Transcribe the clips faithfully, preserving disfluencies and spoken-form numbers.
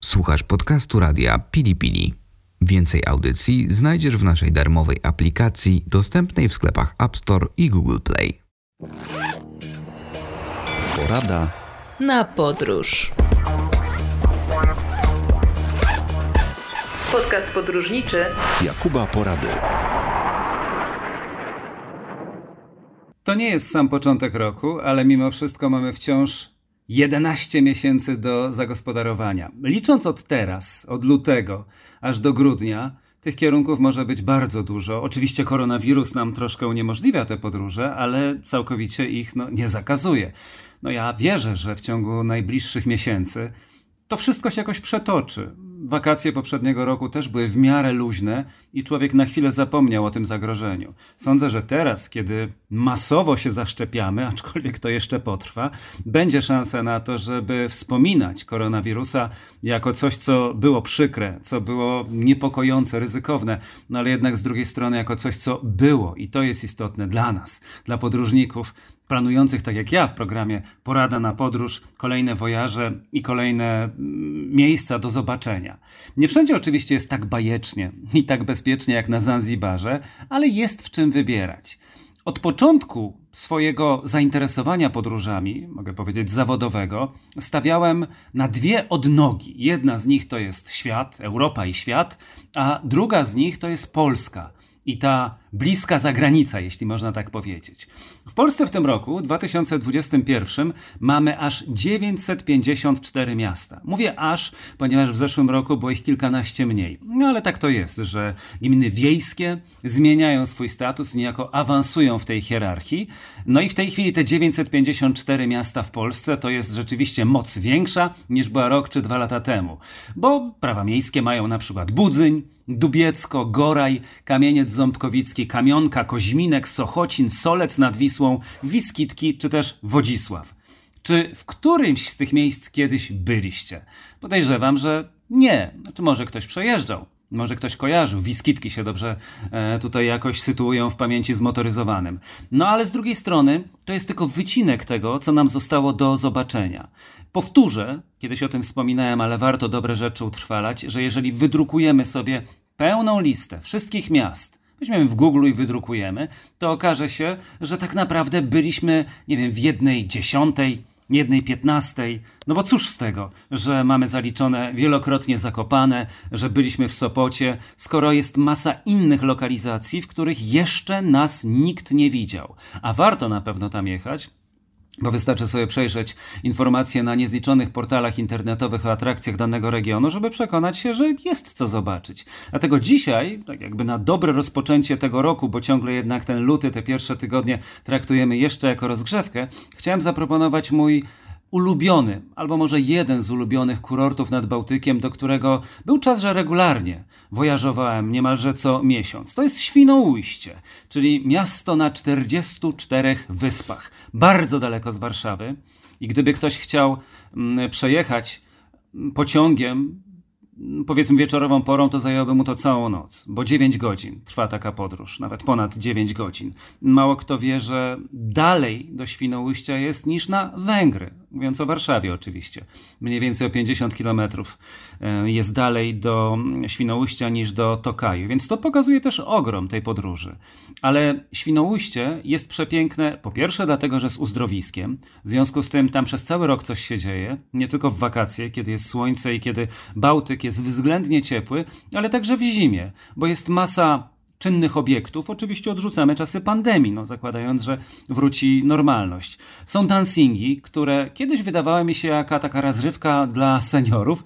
Słuchasz podcastu radia Pili Pili. Więcej audycji znajdziesz w naszej darmowej aplikacji dostępnej w sklepach App Store i Google Play. Porada na podróż. Podcast podróżniczy Jakuba Porady. To nie jest sam początek roku, ale mimo wszystko mamy wciąż jedenaście miesięcy do zagospodarowania. Licząc od teraz, od lutego aż do grudnia, tych kierunków może być bardzo dużo. Oczywiście koronawirus nam troszkę uniemożliwia te podróże, ale całkowicie ich no, nie zakazuje. No ja wierzę, że w ciągu najbliższych miesięcy to wszystko się jakoś przetoczy. Wakacje poprzedniego roku też były w miarę luźne i człowiek na chwilę zapomniał o tym zagrożeniu. Sądzę, że teraz, kiedy masowo się zaszczepiamy, aczkolwiek to jeszcze potrwa, będzie szansa na to, żeby wspominać koronawirusa jako coś, co było przykre, co było niepokojące, ryzykowne, no ale jednak z drugiej strony jako coś, co było i to jest istotne dla nas, dla podróżników, planujących, tak jak ja w programie Porada na podróż, kolejne wojaże i kolejne miejsca do zobaczenia. Nie wszędzie oczywiście jest tak bajecznie i tak bezpiecznie jak na Zanzibarze, ale jest w czym wybierać. Od początku swojego zainteresowania podróżami, mogę powiedzieć zawodowego, stawiałem na dwie odnogi. Jedna z nich to jest świat, Europa i świat, a druga z nich to jest Polska. I ta bliska zagranica, jeśli można tak powiedzieć. W Polsce w tym roku, dwa tysiące dwudziestym pierwszym, mamy aż dziewięćset pięćdziesiąt cztery miasta. Mówię aż, ponieważ w zeszłym roku było ich kilkanaście mniej. No ale tak to jest, że gminy wiejskie zmieniają swój status, niejako awansują w tej hierarchii. No i w tej chwili te dziewięćset pięćdziesiąt cztery miasta w Polsce to jest rzeczywiście moc większa niż była rok czy dwa lata temu. Bo prawa miejskie mają na przykład Budzyń, Dubiecko, Goraj, Kamieniec Ząbkowicki, Kamionka, Koźminek, Sochocin, Solec nad Wisłą, Wiskitki czy też Wodzisław. Czy w którymś z tych miejsc kiedyś byliście? Podejrzewam, że nie. Znaczy może ktoś przejeżdżał. Może ktoś kojarzył. Wiskitki się dobrze e, tutaj jakoś sytuują w pamięci zmotoryzowanym. No ale z drugiej strony to jest tylko wycinek tego, co nam zostało do zobaczenia. Powtórzę, kiedyś o tym wspominałem, ale warto dobre rzeczy utrwalać, że jeżeli wydrukujemy sobie pełną listę wszystkich miast, weźmiemy w Google i wydrukujemy, to okaże się, że tak naprawdę byliśmy, nie wiem, w jednej dziesiątej, jednej piętnastej. No bo cóż z tego, że mamy zaliczone wielokrotnie Zakopane, że byliśmy w Sopocie, skoro jest masa innych lokalizacji, w których jeszcze nas nikt nie widział. A warto na pewno tam jechać, bo wystarczy sobie przejrzeć informacje na niezliczonych portalach internetowych o atrakcjach danego regionu, żeby przekonać się, że jest co zobaczyć. Dlatego dzisiaj, tak jakby na dobre rozpoczęcie tego roku, bo ciągle jednak ten luty, te pierwsze tygodnie traktujemy jeszcze jako rozgrzewkę, chciałem zaproponować mój ulubiony, albo może jeden z ulubionych kurortów nad Bałtykiem, do którego był czas, że regularnie wojażowałem niemalże co miesiąc. To jest Świnoujście, czyli miasto na czterdziestu czterech wyspach, bardzo daleko z Warszawy. I gdyby ktoś chciał mm, przejechać pociągiem, powiedzmy wieczorową porą, to zajęłoby mu to całą noc, bo dziewięć godzin trwa taka podróż, nawet ponad dziewięć godzin. Mało kto wie, że dalej do Świnoujścia jest niż na Węgry, mówiąc o Warszawie oczywiście. Mniej więcej o pięćdziesiąt kilometrów jest dalej do Świnoujścia niż do Tokaju, więc to pokazuje też ogrom tej podróży. Ale Świnoujście jest przepiękne po pierwsze dlatego, że jest uzdrowiskiem, w związku z tym tam przez cały rok coś się dzieje, nie tylko w wakacje, kiedy jest słońce i kiedy Bałtyk jest względnie ciepły, ale także w zimie, bo jest masa czynnych obiektów. Oczywiście odrzucamy czasy pandemii, no, zakładając, że wróci normalność. Są dancingi, które kiedyś wydawały mi się jaka taka rozrywka dla seniorów,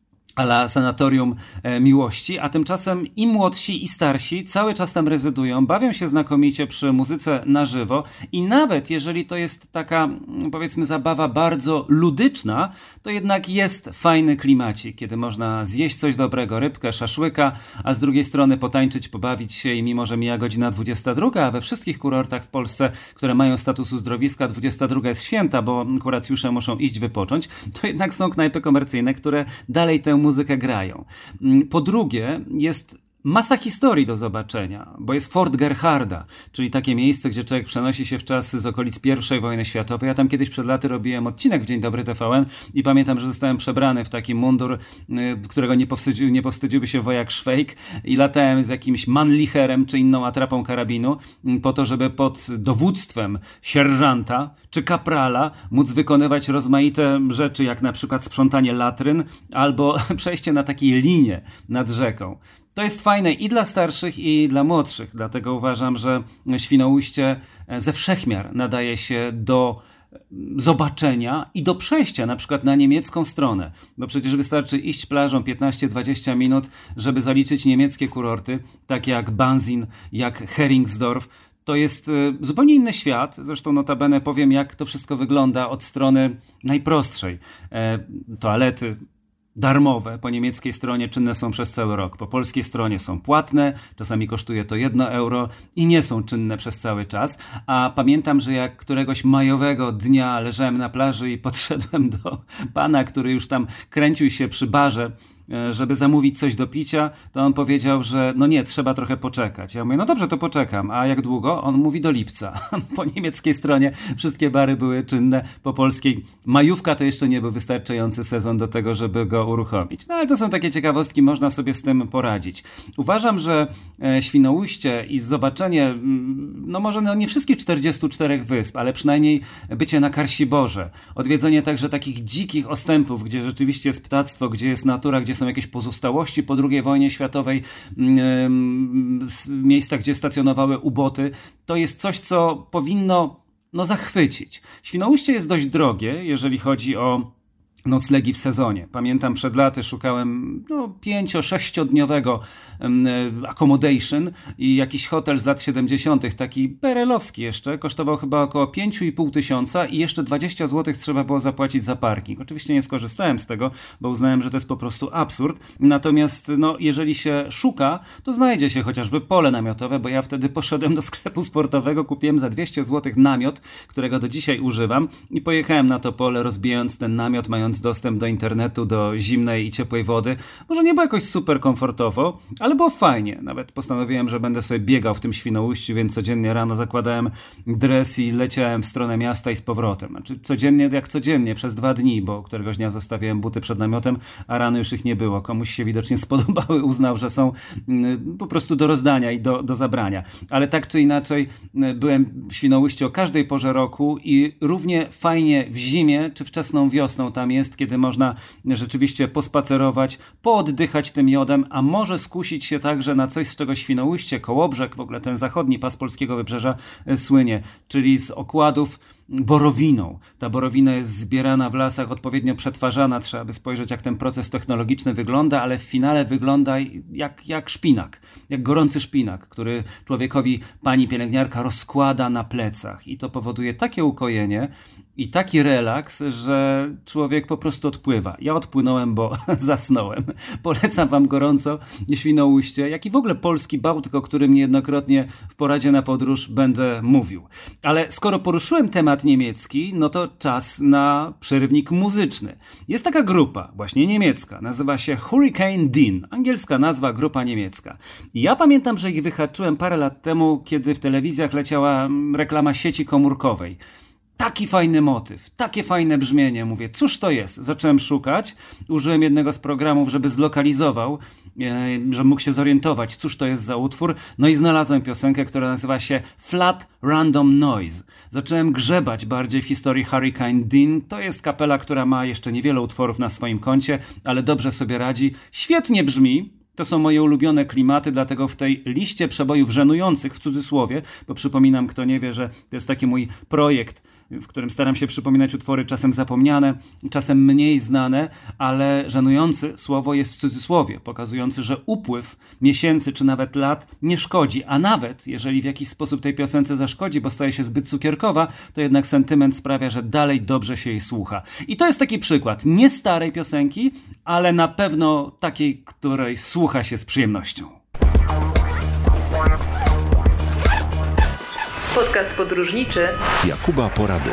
a la sanatorium e, miłości, a tymczasem i młodsi, i starsi cały czas tam rezydują, bawią się znakomicie przy muzyce na żywo i nawet jeżeli to jest taka, powiedzmy, zabawa bardzo ludyczna, to jednak jest fajny klimacik, kiedy można zjeść coś dobrego, rybkę, szaszłyka, a z drugiej strony potańczyć, pobawić się i mimo, że mija godzina dwudziesta druga, a we wszystkich kurortach w Polsce, które mają status uzdrowiska, dwudziesta druga jest święta, bo kuracjusze muszą iść wypocząć, to jednak są knajpy komercyjne, które dalej tę muzykę grają. Po drugie, jest Masa historii do zobaczenia, bo jest Fort Gerharda, czyli takie miejsce, gdzie człowiek przenosi się w czasy z okolic pierwszej wojny światowej. Ja tam kiedyś przed laty robiłem odcinek w Dzień Dobry T V N i pamiętam, że zostałem przebrany w taki mundur, którego nie, powstydził, nie powstydziłby się wojak Szwejk i latałem z jakimś Mannlicherem czy inną atrapą karabinu po to, żeby pod dowództwem sierżanta czy kaprala móc wykonywać rozmaite rzeczy, jak na przykład sprzątanie latryn albo przejście na takiej linie nad rzeką. To jest fajne i dla starszych, i dla młodszych, dlatego uważam, że Świnoujście ze wszechmiar nadaje się do zobaczenia i do przejścia na przykład na niemiecką stronę, bo przecież wystarczy iść plażą piętnaście dwadzieścia minut, żeby zaliczyć niemieckie kurorty, takie jak Banzin, jak Heringsdorf. To jest zupełnie inny świat, zresztą notabene powiem, jak to wszystko wygląda od strony najprostszej. E, toalety darmowe po niemieckiej stronie czynne są przez cały rok. Po polskiej stronie są płatne, czasami kosztuje to jedno euro i nie są czynne przez cały czas. A pamiętam, że jak któregoś majowego dnia leżałem na plaży i podszedłem do pana, który już tam kręcił się przy barze, żeby zamówić coś do picia, to on powiedział, że no nie, trzeba trochę poczekać. Ja mówię, no dobrze, to poczekam. A jak długo? On mówi do lipca. Po niemieckiej stronie wszystkie bary były czynne, po polskiej majówka to jeszcze nie był wystarczający sezon do tego, żeby go uruchomić. No ale to są takie ciekawostki, można sobie z tym poradzić. Uważam, że Świnoujście i zobaczenie, no może no nie wszystkich czterdziestu czterech wysp, ale przynajmniej bycie na Karsiborze, odwiedzenie także takich dzikich ostępów, gdzie rzeczywiście jest ptactwo, gdzie jest natura, gdzie są jakieś pozostałości po drugiej wojnie światowej, miejsca, gdzie stacjonowały uboty, to jest coś, co powinno no, zachwycić. Świnoujście jest dość drogie, jeżeli chodzi o noclegi w sezonie. Pamiętam, przed laty szukałem no, pięcio-sześciodniowego um, accommodation i jakiś hotel z lat siedemdziesiątych, taki perelowski jeszcze, kosztował chyba około pięć i pół tysiąca i jeszcze dwadzieścia złotych trzeba było zapłacić za parking. Oczywiście nie skorzystałem z tego, bo uznałem, że to jest po prostu absurd. Natomiast no, jeżeli się szuka, to znajdzie się chociażby pole namiotowe, bo ja wtedy poszedłem do sklepu sportowego, kupiłem za dwieście złotych namiot, którego do dzisiaj używam i pojechałem na to pole, rozbijając ten namiot, mając dostęp do internetu, do zimnej i ciepłej wody. Może nie było jakoś super komfortowo, ale było fajnie. Nawet postanowiłem, że będę sobie biegał w tym Świnoujściu, więc codziennie rano zakładałem dres i leciałem w stronę miasta i z powrotem. Znaczy codziennie jak codziennie, przez dwa dni, bo któregoś dnia zostawiłem buty przed namiotem, a rano już ich nie było. Komuś się widocznie spodobały, uznał, że są po prostu do rozdania i do, do zabrania. Ale tak czy inaczej byłem w Świnoujściu o każdej porze roku i równie fajnie w zimie czy wczesną wiosną tam jest, kiedy można rzeczywiście pospacerować, pooddychać tym miodem, a może skusić się także na coś, z czego Świnoujście, Kołobrzeg, w ogóle ten zachodni pas polskiego wybrzeża słynie, czyli z okładów borowiną. Ta borowina jest zbierana w lasach, odpowiednio przetwarzana. Trzeba by spojrzeć, jak ten proces technologiczny wygląda, ale w finale wygląda jak, jak szpinak, jak gorący szpinak, który człowiekowi pani pielęgniarka rozkłada na plecach. I to powoduje takie ukojenie i taki relaks, że człowiek po prostu odpływa. Ja odpłynąłem, bo zasnąłem. Polecam wam gorąco Świnoujście, jak i w ogóle polski Bałtyk, o którym niejednokrotnie w poradzie na podróż będę mówił. Ale skoro poruszyłem temat niemiecki, no to czas na przerywnik muzyczny. Jest taka grupa, właśnie niemiecka, nazywa się Hurricane Dean, angielska nazwa, grupa niemiecka. I ja pamiętam, że ich wyhaczyłem parę lat temu, kiedy w telewizjach leciała reklama sieci komórkowej. Taki fajny motyw, takie fajne brzmienie. Mówię, cóż to jest? Zacząłem szukać, użyłem jednego z programów, żeby zlokalizował, żeby mógł się zorientować, cóż to jest za utwór. No i znalazłem piosenkę, która nazywa się Flat Random Noise. Zacząłem grzebać bardziej w historii Hurricane Dean. To jest kapela, która ma jeszcze niewiele utworów na swoim koncie, ale dobrze sobie radzi. Świetnie brzmi. To są moje ulubione klimaty, dlatego w tej liście przebojów żenujących, w cudzysłowie, bo przypominam, kto nie wie, że to jest taki mój projekt, w którym staram się przypominać utwory czasem zapomniane, czasem mniej znane, ale żenujący słowo jest w cudzysłowie, pokazujący, że upływ miesięcy czy nawet lat nie szkodzi, a nawet jeżeli w jakiś sposób tej piosence zaszkodzi, bo staje się zbyt cukierkowa, to jednak sentyment sprawia, że dalej dobrze się jej słucha. I to jest taki przykład nie starej piosenki, ale na pewno takiej, której słucha się z przyjemnością. Podcast podróżniczy Jakuba Porady.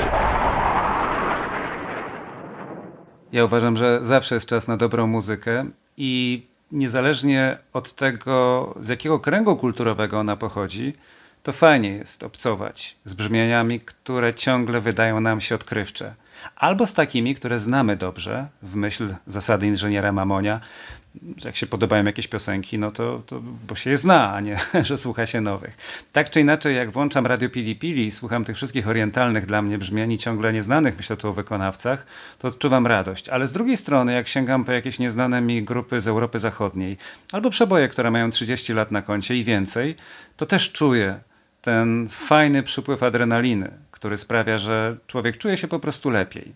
Ja uważam, że zawsze jest czas na dobrą muzykę i niezależnie od tego, z jakiego kręgu kulturowego ona pochodzi, to fajnie jest obcować z brzmieniami, które ciągle wydają nam się odkrywcze. Albo z takimi, które znamy dobrze, w myśl zasady inżyniera Mamonia, że jak się podobają jakieś piosenki, no to, to bo się je zna, a nie, że słucha się nowych. Tak czy inaczej, jak włączam Radio Pili Pili i słucham tych wszystkich orientalnych dla mnie brzmień, ciągle nieznanych, myślę tu o wykonawcach, to odczuwam radość. Ale z drugiej strony, jak sięgam po jakieś nieznane mi grupy z Europy Zachodniej, albo przeboje, które mają trzydzieści lat na koncie i więcej, to też czuję ten fajny przypływ adrenaliny, który sprawia, że człowiek czuje się po prostu lepiej.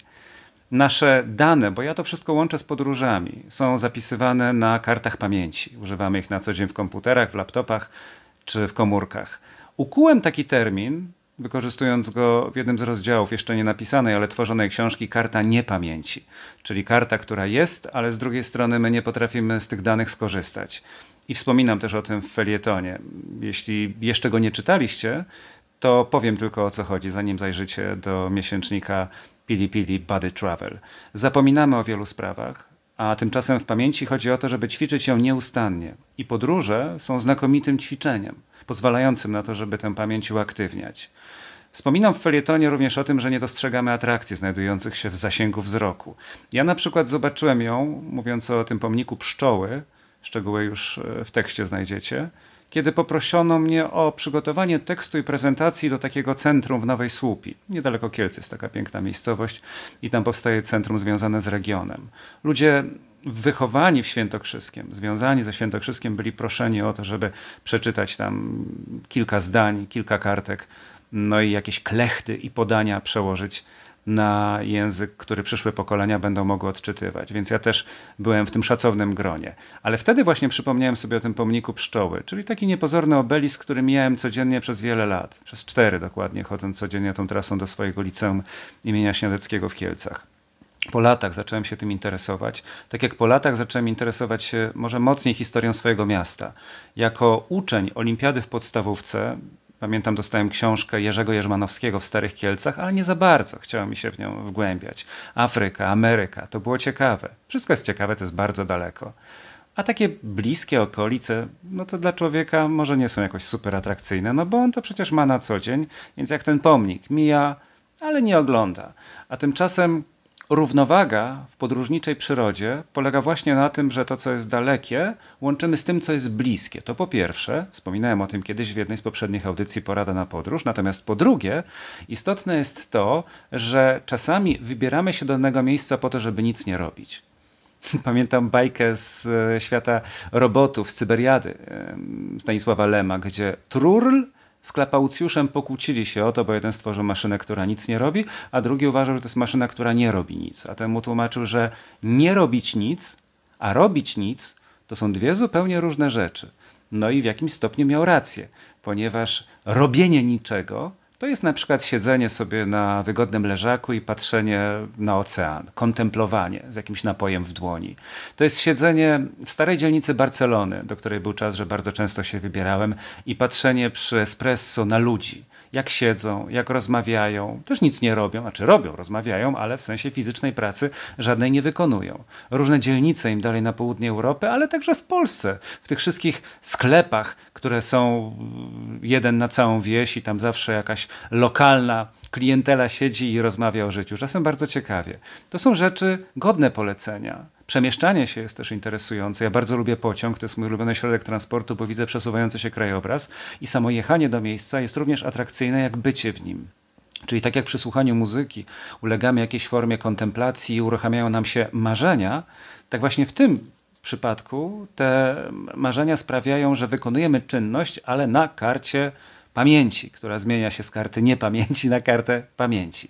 Nasze dane, bo ja to wszystko łączę z podróżami, są zapisywane na kartach pamięci. Używamy ich na co dzień w komputerach, w laptopach czy w komórkach. Ukułem taki termin, wykorzystując go w jednym z rozdziałów jeszcze nie napisanej, ale tworzonej książki, karta niepamięci. Czyli karta, która jest, ale z drugiej strony my nie potrafimy z tych danych skorzystać. I wspominam też o tym w felietonie. Jeśli jeszcze go nie czytaliście, to powiem tylko o co chodzi, zanim zajrzycie do miesięcznika Pili Pili Body Travel. Zapominamy o wielu sprawach, a tymczasem w pamięci chodzi o to, żeby ćwiczyć ją nieustannie. I podróże są znakomitym ćwiczeniem, pozwalającym na to, żeby tę pamięć uaktywniać. Wspominam w felietonie również o tym, że nie dostrzegamy atrakcji znajdujących się w zasięgu wzroku. Ja na przykład zobaczyłem ją, mówiąc o tym pomniku pszczoły, szczegóły już w tekście znajdziecie, kiedy poproszono mnie o przygotowanie tekstu i prezentacji do takiego centrum w Nowej Słupii. Niedaleko Kielc jest taka piękna miejscowość i tam powstaje centrum związane z regionem. Ludzie wychowani w Świętokrzyskiem, związani ze Świętokrzyskiem byli proszeni o to, żeby przeczytać tam kilka zdań, kilka kartek, no i jakieś klechty i podania przełożyć na język, który przyszłe pokolenia będą mogły odczytywać. Więc ja też byłem w tym szacownym gronie. Ale wtedy właśnie przypomniałem sobie o tym pomniku pszczoły, czyli taki niepozorny obelisk, który mijałem codziennie przez wiele lat. Przez cztery dokładnie, chodząc codziennie tą trasą do swojego liceum imienia Śniadeckiego w Kielcach. Po latach zacząłem się tym interesować. Tak jak po latach zacząłem interesować się może mocniej historią swojego miasta. Jako uczeń olimpiady w podstawówce, pamiętam, dostałem książkę Jerzego Jerzmanowskiego w Starych Kielcach, ale nie za bardzo chciało mi się w nią wgłębiać. Afryka, Ameryka, to było ciekawe. Wszystko jest ciekawe, to jest bardzo daleko. A takie bliskie okolice, no to dla człowieka może nie są jakoś super atrakcyjne, no bo on to przecież ma na co dzień, więc jak ten pomnik mija, ale nie ogląda. A tymczasem równowaga w podróżniczej przyrodzie polega właśnie na tym, że to, co jest dalekie, łączymy z tym, co jest bliskie. To po pierwsze, wspominałem o tym kiedyś w jednej z poprzednich audycji Porada na podróż, natomiast po drugie, istotne jest to, że czasami wybieramy się do danego miejsca po to, żeby nic nie robić. Pamiętam bajkę z świata robotów, z Cyberiady Stanisława Lema, gdzie Trurl z Klapaucjuszem pokłócili się o to, bo jeden stworzył maszynę, która nic nie robi, a drugi uważał, że to jest maszyna, która nie robi nic. A ten mu tłumaczył, że nie robić nic, a robić nic to są dwie zupełnie różne rzeczy. No i w jakimś stopniu miał rację, ponieważ robienie niczego to jest na przykład siedzenie sobie na wygodnym leżaku i patrzenie na ocean, kontemplowanie z jakimś napojem w dłoni. To jest siedzenie w starej dzielnicy Barcelony, do której był czas, że bardzo często się wybierałem, i patrzenie przy espresso na ludzi. Jak siedzą, jak rozmawiają, też nic nie robią, znaczy robią, rozmawiają, ale w sensie fizycznej pracy żadnej nie wykonują. Różne dzielnice im dalej na południe Europy, ale także w Polsce, w tych wszystkich sklepach, które są jeden na całą wieś i tam zawsze jakaś lokalna klientela siedzi i rozmawia o życiu. Czasem bardzo ciekawie. To są rzeczy godne polecenia. Przemieszczanie się jest też interesujące. Ja bardzo lubię pociąg, to jest mój ulubiony środek transportu, bo widzę przesuwający się krajobraz i samo jechanie do miejsca jest również atrakcyjne jak bycie w nim. Czyli tak jak przy słuchaniu muzyki ulegamy jakiejś formie kontemplacji i uruchamiają nam się marzenia, tak właśnie w tym przypadku te marzenia sprawiają, że wykonujemy czynność, ale na karcie pamięci, która zmienia się z karty niepamięci na kartę pamięci.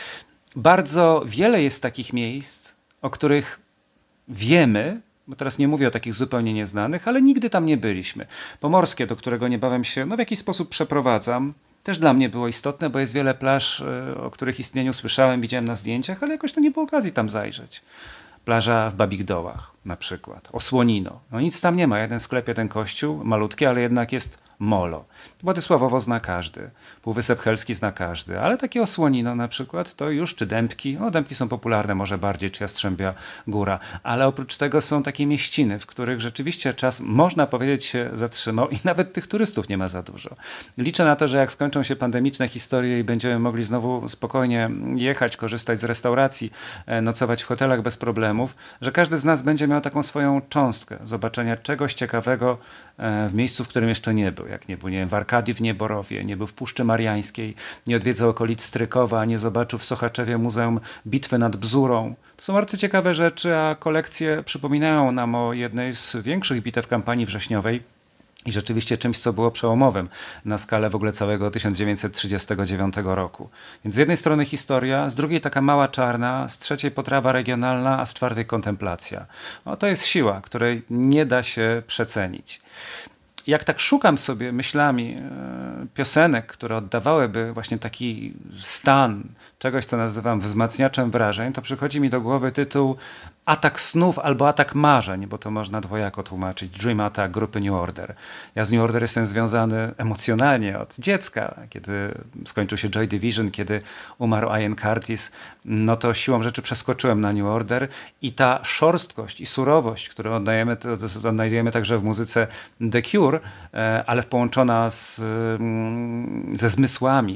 Bardzo wiele jest takich miejsc, o których wiemy, bo teraz nie mówię o takich zupełnie nieznanych, ale nigdy tam nie byliśmy. Pomorskie, do którego niebawem się no, w jakiś sposób przeprowadzam, też dla mnie było istotne, bo jest wiele plaż, o których istnieniu słyszałem, widziałem na zdjęciach, ale jakoś to nie było okazji tam zajrzeć. Plaża w Babich Dołach na przykład, Osłonino. No nic tam nie ma, jeden sklep, jeden kościół, malutki, ale jednak jest molo. Władysławowo zna każdy, Półwysep Helski zna każdy, ale takie Osłonino na przykład to już, czy Dębki, no Dębki są popularne może bardziej, czy Jastrzębia Góra, ale oprócz tego są takie mieściny, w których rzeczywiście czas, można powiedzieć, się zatrzymał i nawet tych turystów nie ma za dużo. Liczę na to, że jak skończą się pandemiczne historie i będziemy mogli znowu spokojnie jechać, korzystać z restauracji, nocować w hotelach bez problemów, że każdy z nas będzie miał taką swoją cząstkę zobaczenia czegoś ciekawego w miejscu, w którym jeszcze nie był. Jak nie był, nie wiem, w Arkadii w Nieborowie, nie był w Puszczy Mariańskiej, nie odwiedzał okolic Strykowa, nie zobaczył w Sochaczewie Muzeum Bitwy nad Bzurą. To są bardzo ciekawe rzeczy, a kolekcje przypominają nam o jednej z większych bitew kampanii wrześniowej i rzeczywiście czymś, co było przełomowym na skalę w ogóle całego tysiąc dziewięćset trzydziestego dziewiątego roku. Więc z jednej strony historia, z drugiej taka mała czarna, z trzeciej potrawa regionalna, a z czwartej kontemplacja. No, to jest siła, której nie da się przecenić. Jak tak szukam sobie myślami e, piosenek, które oddawałyby właśnie taki stan czegoś, co nazywam wzmacniaczem wrażeń, to przychodzi mi do głowy tytuł Atak snów albo Atak marzeń, bo to można dwojako tłumaczyć. Dream Attack grupy New Order. Ja z New Order jestem związany emocjonalnie od dziecka. Kiedy skończył się Joy Division, kiedy umarł Ian Curtis, no to siłą rzeczy przeskoczyłem na New Order i ta szorstkość i surowość, którą odnajemy, to, to odnajdujemy także w muzyce The Cure, ale połączona z, ze zmysłami,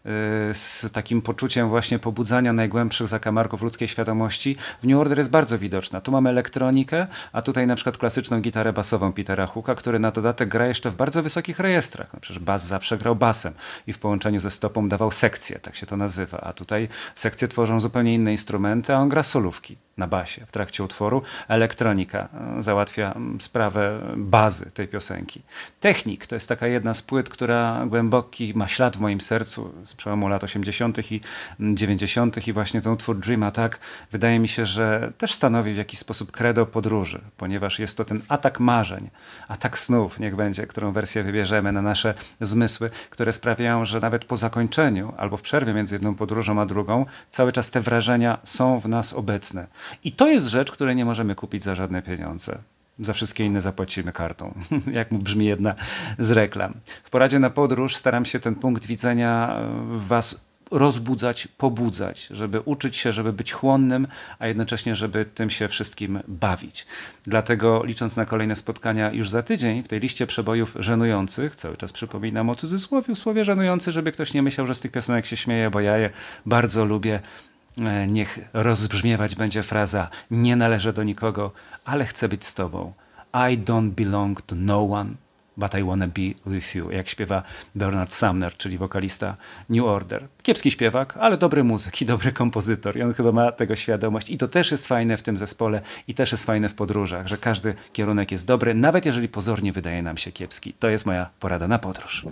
z takim poczuciem właśnie pobudzania najgłębszych zakamarków ludzkiej świadomości, w New Order jest bardzo widoczna. Tu mamy elektronikę, a tutaj na przykład klasyczną gitarę basową Petera Hooka, który na dodatek gra jeszcze w bardzo wysokich rejestrach. No przecież bas zawsze grał basem i w połączeniu ze stopą dawał sekcję, tak się to nazywa, a tutaj sekcje tworzą zupełnie inne instrumenty, a on gra solówki na basie w trakcie utworu. Elektronika załatwia sprawę bazy tej piosenki. Technik to jest taka jedna z płyt, która głęboki ma ślad w moim sercu z przełomu lat osiemdziesiątych i dziewięćdziesiątych i właśnie ten utwór Dream Attack wydaje mi się, że też stanowi w jakiś sposób credo podróży, ponieważ jest to ten atak marzeń, atak snów, niech będzie, którą wersję wybierzemy na nasze zmysły, które sprawiają, że nawet po zakończeniu albo w przerwie między jedną podróżą a drugą cały czas te wrażenia są w nas obecne. I to jest rzecz, której nie możemy kupić za żadne pieniądze. Za wszystkie inne zapłacimy kartą, jak mu brzmi jedna z reklam. W poradzie na podróż staram się ten punkt widzenia w was rozbudzać, pobudzać, żeby uczyć się, żeby być chłonnym, a jednocześnie, żeby tym się wszystkim bawić. Dlatego licząc na kolejne spotkania już za tydzień, w tej liście przebojów żenujących, cały czas przypominam o cudzysłowie, słowie żenujący, żeby ktoś nie myślał, że z tych piosenek się śmieje, bo ja je bardzo lubię. Niech rozbrzmiewać będzie fraza nie należę do nikogo, ale chcę być z tobą. I don't belong to no one, but I wanna be with you. Jak śpiewa Bernard Sumner, czyli wokalista New Order. Kiepski śpiewak, ale dobry muzyk i dobry kompozytor. I on chyba ma tego świadomość. I to też jest fajne w tym zespole i też jest fajne w podróżach, że każdy kierunek jest dobry, nawet jeżeli pozornie wydaje nam się kiepski. To jest moja porada na podróż.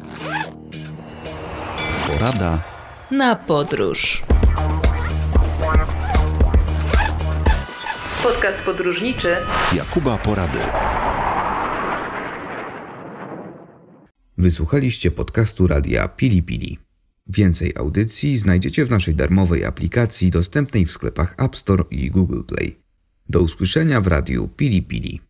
Porada na podróż. Podcast podróżniczy Jakuba Porady. Wysłuchaliście podcastu Radia Pili Pili. Więcej audycji znajdziecie w naszej darmowej aplikacji dostępnej w sklepach App Store i Google Play. Do usłyszenia w Radiu Pili Pili.